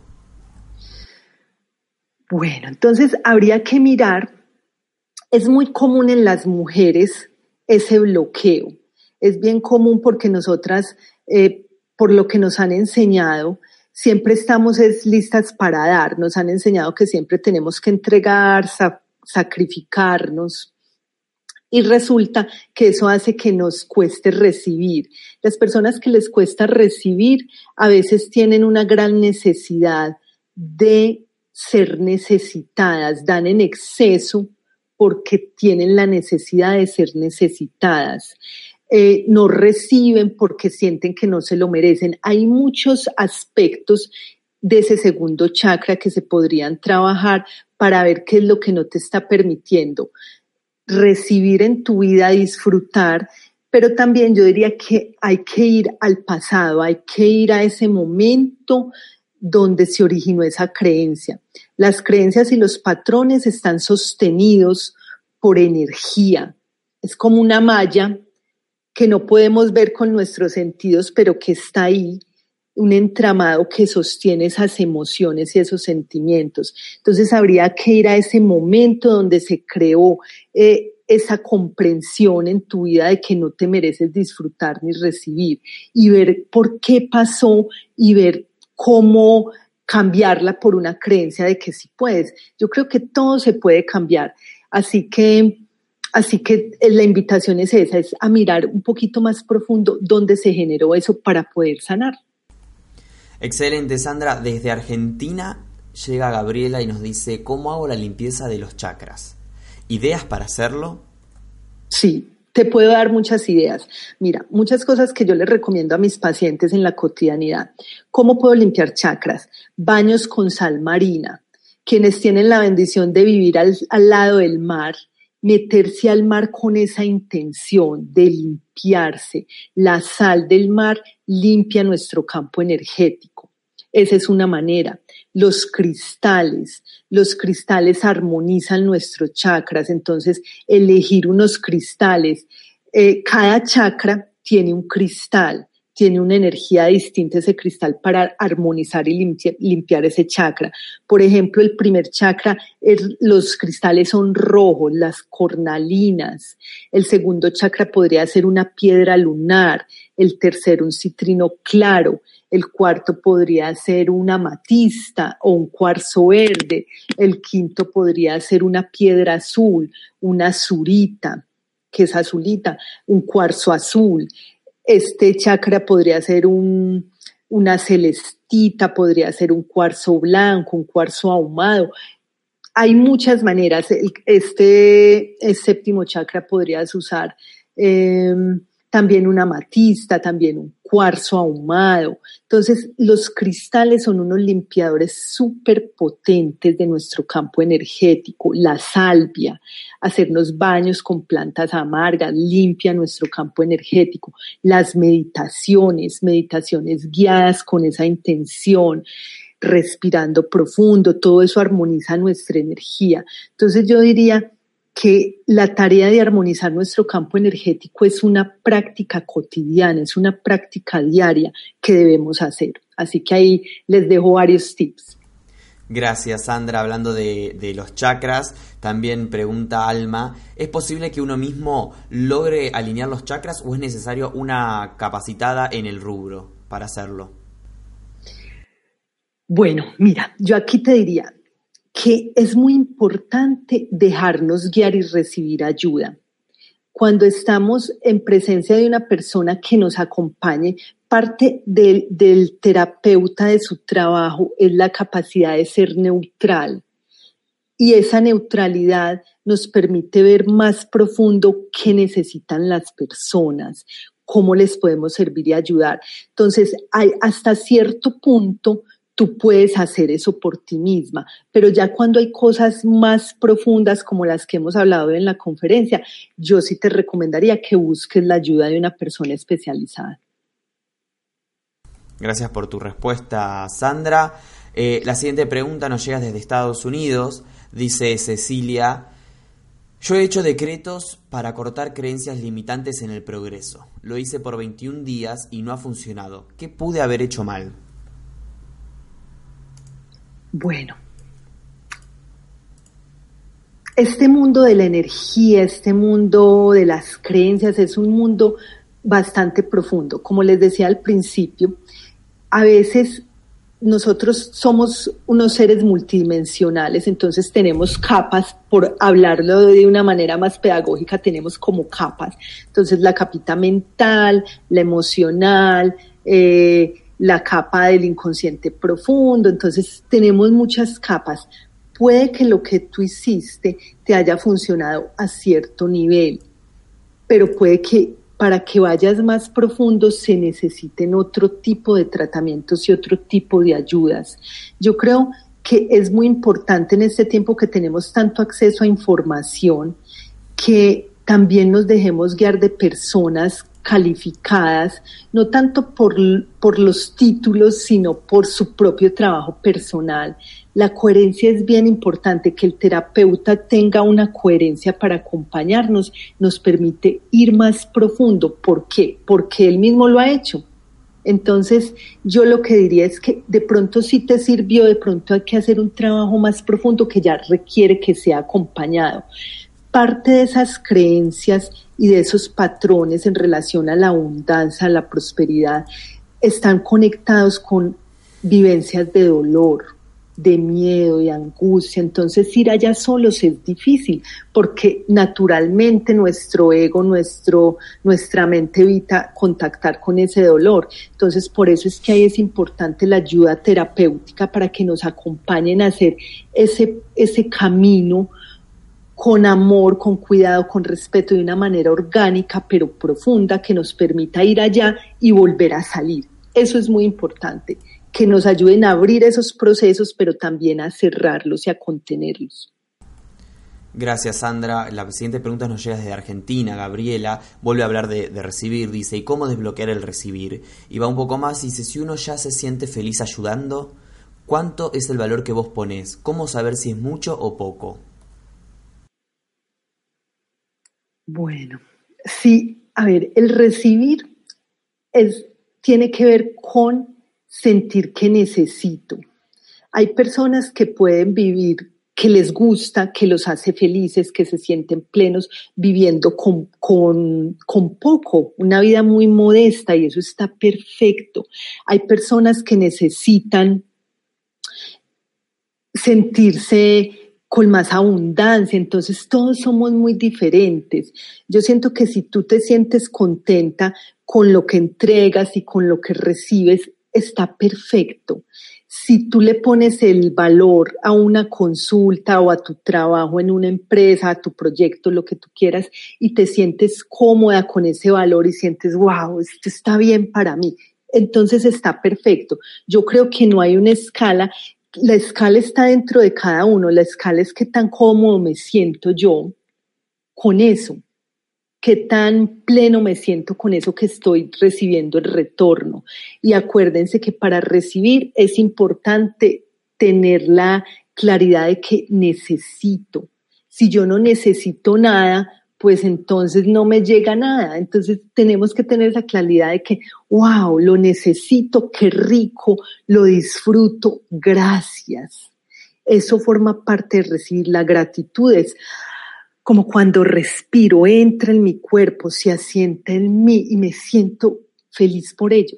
Bueno, entonces habría que mirar. Es muy común en las mujeres ese bloqueo. Es bien común porque nosotras... Eh, por lo que nos han enseñado, siempre estamos es listas para dar. Nos han enseñado que siempre tenemos que entregar, sa- sacrificarnos. Y resulta que eso hace que nos cueste recibir. Las personas que les cuesta recibir a veces tienen una gran necesidad de ser necesitadas, dan en exceso porque tienen la necesidad de ser necesitadas. Eh, no reciben porque sienten que no se lo merecen. Hay muchos aspectos de ese segundo chakra que se podrían trabajar para ver qué es lo que no te está permitiendo recibir en tu vida, disfrutar, pero también yo diría que hay que ir al pasado, hay que ir a ese momento donde se originó esa creencia. Las creencias y los patrones están sostenidos por energía. Es como una malla que no podemos ver con nuestros sentidos, pero que está ahí, un entramado que sostiene esas emociones y esos sentimientos. Entonces habría que ir a ese momento donde se creó eh, esa comprensión en tu vida de que no te mereces disfrutar ni recibir, y ver por qué pasó y ver cómo cambiarla por una creencia de que sí puedes. Yo creo que todo se puede cambiar. Así que, así que la invitación es esa, es a mirar un poquito más profundo dónde se generó eso para poder sanar. Excelente, Sandra. Desde Argentina llega Gabriela y nos dice: ¿cómo hago la limpieza de los chakras? ¿Ideas para hacerlo? Sí. Te puedo dar muchas ideas. Mira, muchas cosas que yo les recomiendo a mis pacientes en la cotidianidad. ¿Cómo puedo limpiar chakras? Baños con sal marina. Quienes tienen la bendición de vivir al, al lado del mar, meterse al mar con esa intención de limpiarse. La sal del mar limpia nuestro campo energético. Esa es una manera. Los cristales, los cristales armonizan nuestros chakras, entonces elegir unos cristales. Eh, cada chakra tiene un cristal, tiene una energía distinta ese cristal para armonizar y limpiar, limpiar ese chakra. Por ejemplo, el primer chakra, es, los cristales son rojos, las cornalinas. El segundo chakra podría ser una piedra lunar, el tercero un citrino claro. El cuarto podría ser una amatista o un cuarzo verde. El quinto podría ser una piedra azul, una azurita, que es azulita, un cuarzo azul. Este chakra podría ser un, una celestita, podría ser un cuarzo blanco, un cuarzo ahumado. Hay muchas maneras. Este, este séptimo chakra podrías usar eh, también una amatista, también un cuarzo ahumado. Entonces, los cristales son unos limpiadores súper potentes de nuestro campo energético. La salvia, hacernos baños con plantas amargas, limpia nuestro campo energético. Las meditaciones, meditaciones guiadas con esa intención, respirando profundo, todo eso armoniza nuestra energía. Entonces, yo diría que la tarea de armonizar nuestro campo energético es una práctica cotidiana, es una práctica diaria que debemos hacer. Así que ahí les dejo varios tips. Gracias, Sandra. Hablando de, de los chakras, también pregunta Alma: ¿es posible que uno mismo logre alinear los chakras o es necesario una capacitada en el rubro para hacerlo? Bueno, mira, yo aquí te diría que es muy importante dejarnos guiar y recibir ayuda. Cuando estamos en presencia de una persona que nos acompañe, parte del, del terapeuta de su trabajo es la capacidad de ser neutral. Y esa neutralidad nos permite ver más profundo qué necesitan las personas, cómo les podemos servir y ayudar. Entonces, hay, hasta cierto punto, tú puedes hacer eso por ti misma, pero ya cuando hay cosas más profundas como las que hemos hablado en la conferencia, yo sí te recomendaría que busques la ayuda de una persona especializada. Gracias por tu respuesta, Sandra. Eh, la siguiente pregunta nos llega desde Estados Unidos. Dice Cecilia: yo he hecho decretos para cortar creencias limitantes en el progreso. Lo hice por veintiún días y no ha funcionado. ¿Qué pude haber hecho mal? Bueno, este mundo de la energía, este mundo de las creencias es un mundo bastante profundo. Como les decía al principio, a veces nosotros somos unos seres multidimensionales, entonces tenemos capas, por hablarlo de una manera más pedagógica, tenemos como capas. Entonces la capita mental, la emocional, eh, la capa del inconsciente profundo, entonces tenemos muchas capas. Puede que lo que tú hiciste te haya funcionado a cierto nivel, pero puede que para que vayas más profundo se necesiten otro tipo de tratamientos y otro tipo de ayudas. Yo creo que es muy importante en este tiempo que tenemos tanto acceso a información, que también nos dejemos guiar de personas calificadas, no tanto por, por los títulos, sino por su propio trabajo personal. La coherencia es bien importante, que el terapeuta tenga una coherencia para acompañarnos, nos permite ir más profundo. ¿Por qué? Porque él mismo lo ha hecho. Entonces, yo lo que diría es que de pronto sí te sirvió, de pronto hay que hacer un trabajo más profundo que ya requiere que sea acompañado. Parte de esas creencias y de esos patrones en relación a la abundancia, a la prosperidad, están conectados con vivencias de dolor, de miedo, de angustia. Entonces, ir allá solos es difícil, porque naturalmente nuestro ego, nuestro, nuestra mente evita contactar con ese dolor. Entonces, por eso es que ahí es importante la ayuda terapéutica para que nos acompañen a hacer ese, ese camino con amor, con cuidado, con respeto, de una manera orgánica, pero profunda, que nos permita ir allá y volver a salir. Eso es muy importante, que nos ayuden a abrir esos procesos, pero también a cerrarlos y a contenerlos. Gracias, Sandra. La siguiente pregunta nos llega desde Argentina. Gabriela vuelve a hablar de, de recibir, dice, ¿y cómo desbloquear el recibir? Y va un poco más, dice, si uno ya se siente feliz ayudando, ¿cuánto es el valor que vos ponés? ¿Cómo saber si es mucho o poco? Bueno, sí, a ver, el recibir es, tiene que ver con sentir que necesito. Hay personas que pueden vivir, que les gusta, que los hace felices, que se sienten plenos viviendo con, con, con poco, una vida muy modesta, y eso está perfecto. Hay personas que necesitan sentirse con más abundancia, entonces todos somos muy diferentes. Yo siento que si tú te sientes contenta con lo que entregas y con lo que recibes, está perfecto. Si tú le pones el valor a una consulta o a tu trabajo en una empresa, a tu proyecto, lo que tú quieras, y te sientes cómoda con ese valor y sientes, wow, esto está bien para mí, entonces está perfecto. Yo creo que no hay una escala. La escala está dentro de cada uno. La escala es qué tan cómodo me siento yo con eso, qué tan pleno me siento con eso que estoy recibiendo el retorno. Y acuérdense que para recibir es importante tener la claridad de que necesito. Si yo no necesito nada, pues entonces no me llega nada. Entonces tenemos que tener esa claridad de que, wow, lo necesito, qué rico, lo disfruto, gracias. Eso forma parte de recibir. La gratitud es como cuando respiro, entra en mi cuerpo, se asienta en mí y me siento feliz por ello.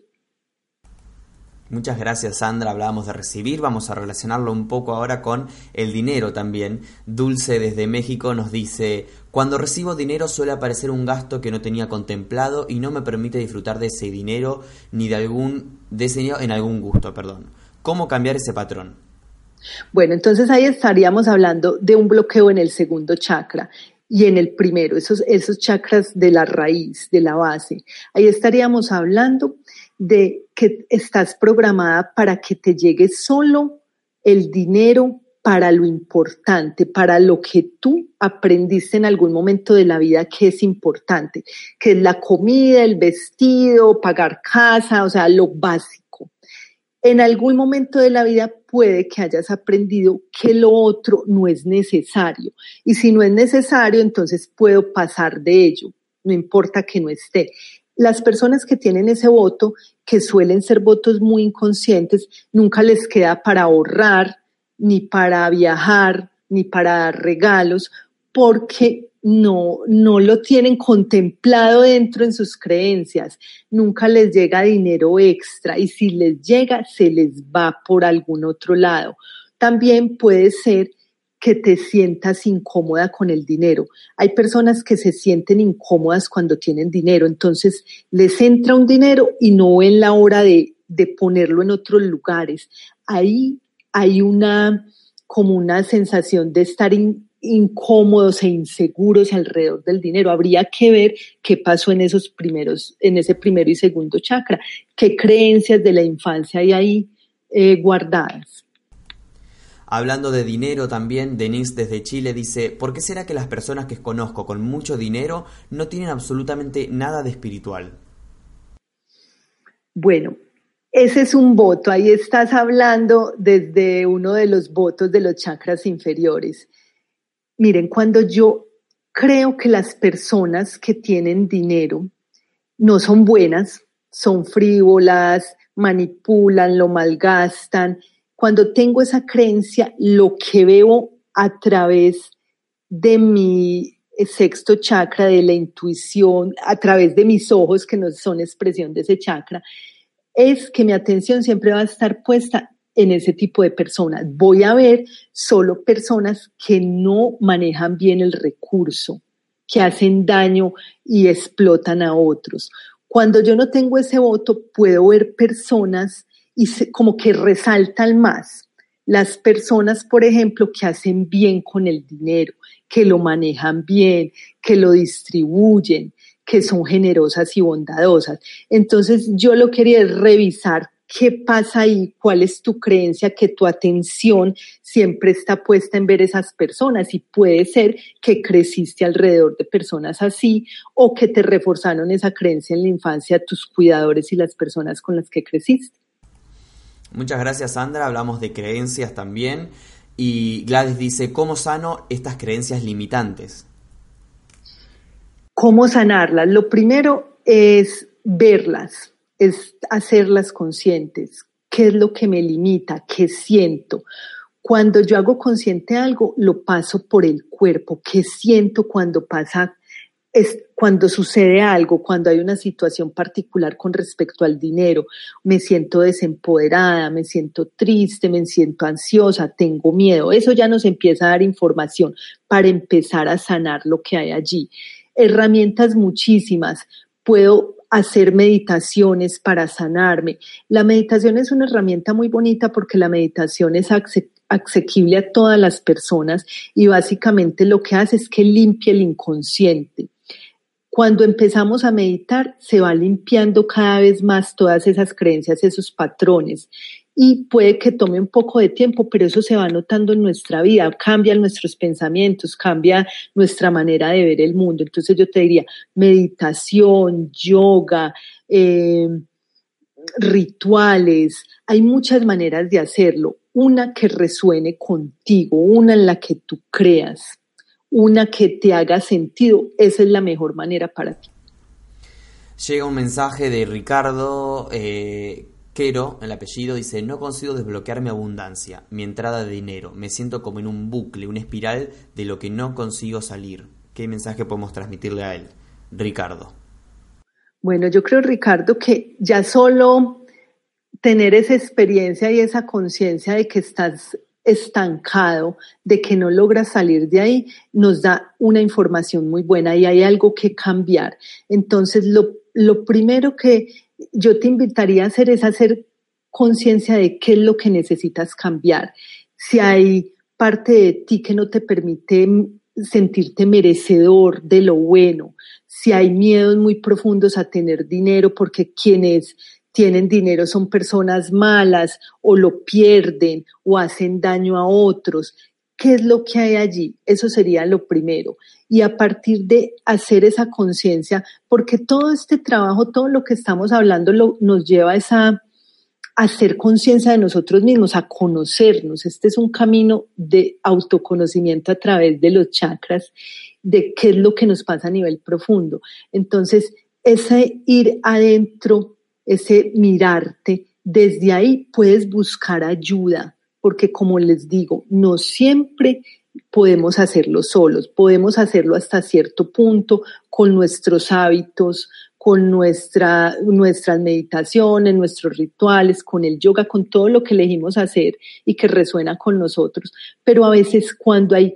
Muchas gracias, Sandra. Hablábamos de recibir, vamos a relacionarlo un poco ahora con el dinero también. Dulce desde México nos dice, cuando recibo dinero suele aparecer un gasto que no tenía contemplado y no me permite disfrutar de ese dinero ni de algún de ese dinero en algún gusto, perdón. ¿Cómo cambiar ese patrón? Bueno, entonces ahí estaríamos hablando de un bloqueo en el segundo chakra. Y en el primero, esos, esos chakras de la raíz, de la base. Ahí estaríamos hablando de que estás programada para que te llegue solo el dinero para lo importante, para lo que tú aprendiste en algún momento de la vida que es importante, que es la comida, el vestido, pagar casa, o sea, lo básico. En algún momento de la vida puede que hayas aprendido que lo otro no es necesario. Y si no es necesario, entonces puedo pasar de ello. No importa que no esté. Las personas que tienen ese voto, que suelen ser votos muy inconscientes, nunca les queda para ahorrar, ni para viajar, ni para dar regalos, porque no, no lo tienen contemplado dentro en sus creencias. Nunca les llega dinero extra y si les llega, se les va por algún otro lado. También puede ser que te sientas incómoda con el dinero. Hay personas que se sienten incómodas cuando tienen dinero, entonces les entra un dinero y no ven la hora de, de ponerlo en otros lugares. Ahí hay una, como una sensación de estar in, incómodos e inseguros alrededor del dinero. Habría que ver qué pasó en esos primeros, en ese primero y segundo chakra, qué creencias de la infancia hay ahí eh, guardadas. Hablando de dinero también, Denise desde Chile dice, ¿por qué será que las personas que conozco con mucho dinero no tienen absolutamente nada de espiritual? Bueno, ese es un voto, ahí estás hablando desde uno de los votos de los chakras inferiores. Miren, cuando yo creo que las personas que tienen dinero no son buenas, son frívolas, manipulan, lo malgastan, cuando tengo esa creencia, lo que veo a través de mi sexto chakra, de la intuición, a través de mis ojos, que no son expresión de ese chakra, es que mi atención siempre va a estar puesta en ese tipo de personas. Voy a ver solo personas que no manejan bien el recurso, que hacen daño y explotan a otros. Cuando yo no tengo ese voto, puedo ver personas y se, como que resaltan más. Las personas, por ejemplo, que hacen bien con el dinero, que lo manejan bien, que lo distribuyen, que son generosas y bondadosas. Entonces, yo lo quería es revisar qué pasa ahí, cuál es tu creencia, que tu atención siempre está puesta en ver esas personas y puede ser que creciste alrededor de personas así o que te reforzaron esa creencia en la infancia tus cuidadores y las personas con las que creciste. Muchas gracias, Sandra. Hablamos de creencias también. Y Gladys dice, ¿cómo sano estas creencias limitantes? ¿Cómo sanarlas? Lo primero es verlas, es hacerlas conscientes. ¿Qué es lo que me limita? ¿Qué siento? Cuando yo hago consciente algo, lo paso por el cuerpo. ¿Qué siento cuando pasa? Es cuando sucede algo, cuando hay una situación particular con respecto al dinero, me siento desempoderada, me siento triste, me siento ansiosa, tengo miedo. Eso ya nos empieza a dar información para empezar a sanar lo que hay allí. Herramientas muchísimas. Puedo hacer meditaciones para sanarme. La meditación es una herramienta muy bonita porque la meditación es asequible a todas las personas y básicamente lo que hace es que limpia el inconsciente. Cuando empezamos a meditar, se va limpiando cada vez más todas esas creencias, esos patrones. Y puede que tome un poco de tiempo, pero eso se va notando en nuestra vida, cambian nuestros pensamientos, cambia nuestra manera de ver el mundo. Entonces yo te diría, meditación, yoga, eh, rituales, hay muchas maneras de hacerlo. Una que resuene contigo, una en la que tú creas. Una que te haga sentido, esa es la mejor manera para ti. Llega un mensaje de Ricardo eh, Quero, el apellido, dice, no consigo desbloquear mi abundancia, mi entrada de dinero, me siento como en un bucle, una espiral de lo que no consigo salir. ¿Qué mensaje podemos transmitirle a él? Ricardo. Bueno, yo creo, Ricardo, que ya solo tener esa experiencia y esa conciencia de que estás estancado, de que no logras salir de ahí, nos da una información muy buena y hay algo que cambiar. Entonces, lo, lo primero que yo te invitaría a hacer es hacer conciencia de qué es lo que necesitas cambiar. Si hay parte de ti que no te permite sentirte merecedor de lo bueno, si hay miedos muy profundos a tener dinero porque quienes tienen dinero son personas malas o lo pierden o hacen daño a otros. ¿Qué es lo que hay allí? Eso sería lo primero. Y a partir de hacer esa conciencia, porque todo este trabajo, todo lo que estamos hablando lo, nos lleva a, esa, a hacer conciencia de nosotros mismos, a conocernos. Este es un camino de autoconocimiento a través de los chakras, de qué es lo que nos pasa a nivel profundo. Entonces, ese ir adentro, ese mirarte, desde ahí puedes buscar ayuda, porque como les digo, no siempre podemos hacerlo solos, podemos hacerlo hasta cierto punto con nuestros hábitos, con nuestra, nuestras meditaciones, nuestros rituales, con el yoga, con todo lo que elegimos hacer y que resuena con nosotros, pero a veces cuando hay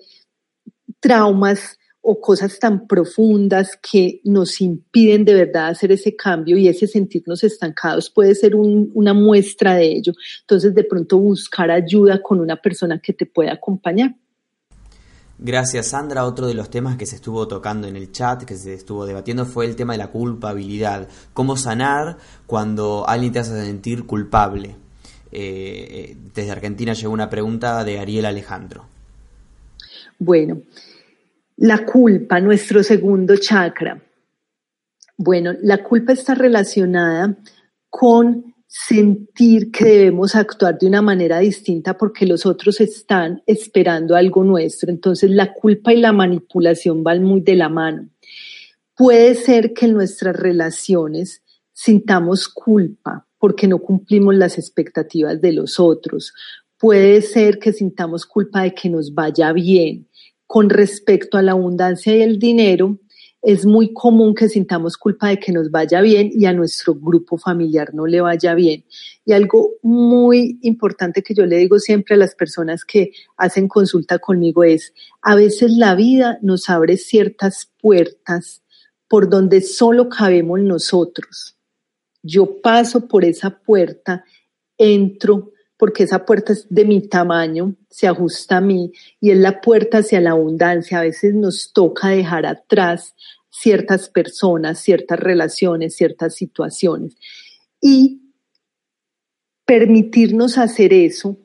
traumas o cosas tan profundas que nos impiden de verdad hacer ese cambio y ese sentirnos estancados puede ser un, una muestra de ello. Entonces, de pronto buscar ayuda con una persona que te pueda acompañar. Gracias, Sandra. Otro de los temas que se estuvo tocando en el chat, que se estuvo debatiendo, fue el tema de la culpabilidad. ¿Cómo sanar cuando alguien te hace sentir culpable? Eh, desde Argentina llegó una pregunta de Ariel Alejandro. Bueno, la culpa, nuestro segundo chakra. Bueno, la culpa está relacionada con sentir que debemos actuar de una manera distinta porque los otros están esperando algo nuestro. Entonces la culpa y la manipulación van muy de la mano. Puede ser que en nuestras relaciones sintamos culpa porque no cumplimos las expectativas de los otros. Puede ser que sintamos culpa de que nos vaya bien. Con respecto a la abundancia y el dinero, es muy común que sintamos culpa de que nos vaya bien y a nuestro grupo familiar no le vaya bien. Y algo muy importante que yo le digo siempre a las personas que hacen consulta conmigo es, a veces la vida nos abre ciertas puertas por donde solo cabemos nosotros. Yo paso por esa puerta, entro, porque esa puerta es de mi tamaño, se ajusta a mí y es la puerta hacia la abundancia. A veces nos toca dejar atrás ciertas personas, ciertas relaciones, ciertas situaciones y permitirnos hacer eso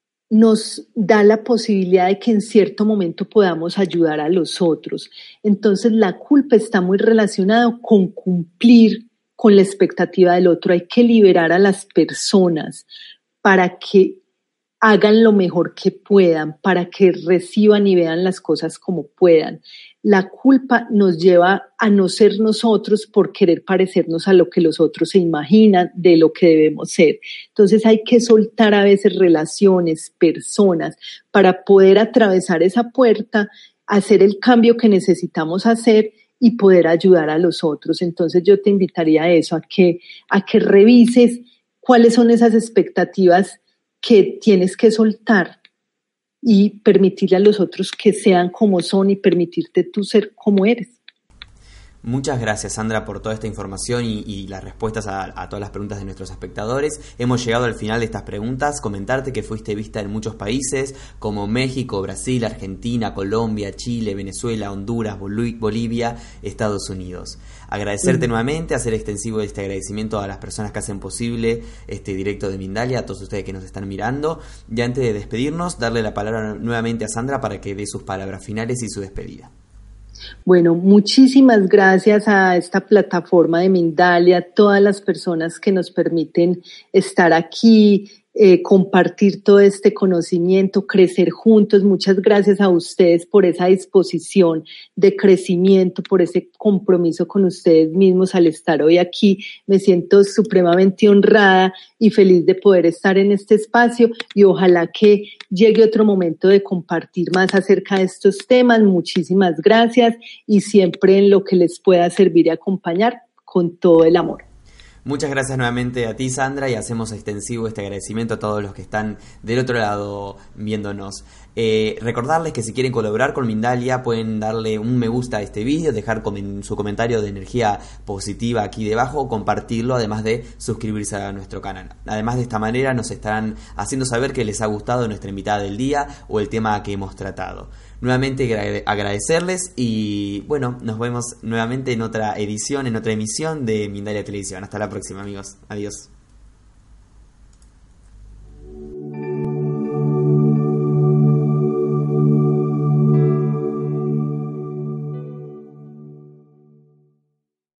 nos da la posibilidad de que en cierto momento podamos ayudar a los otros. Entonces la culpa está muy relacionada con cumplir con la expectativa del otro. Hay que liberar a las personas para que hagan lo mejor que puedan, para que reciban y vean las cosas como puedan. La culpa nos lleva a no ser nosotros por querer parecernos a lo que los otros se imaginan de lo que debemos ser. Entonces hay que soltar a veces relaciones, personas, para poder atravesar esa puerta, hacer el cambio que necesitamos hacer y poder ayudar a los otros. Entonces yo te invitaría a eso, a que, a que revises cuáles son esas expectativas que tienes que soltar y permitirle a los otros que sean como son y permitirte tú ser como eres. Muchas gracias, Sandra, por toda esta información y, y las respuestas a, a todas las preguntas de nuestros espectadores. Hemos llegado al final de estas preguntas. Comentarte que fuiste vista en muchos países como México, Brasil, Argentina, Colombia, Chile, Venezuela, Honduras, Bolivia, Estados Unidos. Agradecerte mm. nuevamente, hacer extensivo este agradecimiento a las personas que hacen posible este directo de Mindalia, a todos ustedes que nos están mirando. Y antes de despedirnos, darle la palabra nuevamente a Sandra para que dé sus palabras finales y su despedida. Bueno, muchísimas gracias a esta plataforma de Mindalia, a todas las personas que nos permiten estar aquí, eh, compartir todo este conocimiento, crecer juntos. Muchas gracias a ustedes por esa disposición de crecimiento, por ese compromiso con ustedes mismos al estar hoy aquí. Me siento supremamente honrada y feliz de poder estar en este espacio y ojalá que llegue otro momento de compartir más acerca de estos temas. Muchísimas gracias y siempre en lo que les pueda servir y acompañar con todo el amor. Muchas gracias nuevamente a ti, Sandra, y hacemos extensivo este agradecimiento a todos los que están del otro lado viéndonos. Eh, recordarles que si quieren colaborar con Mindalia pueden darle un me gusta a este vídeo, dejar comen- su comentario de energía positiva aquí debajo o compartirlo, además de suscribirse a nuestro canal. Además, de esta manera nos estarán haciendo saber que les ha gustado nuestra invitada del día o el tema que hemos tratado. Nuevamente agradecerles y bueno, nos vemos nuevamente en otra edición, en otra emisión de Mindalia Televisión. Hasta la próxima, amigos. Adiós.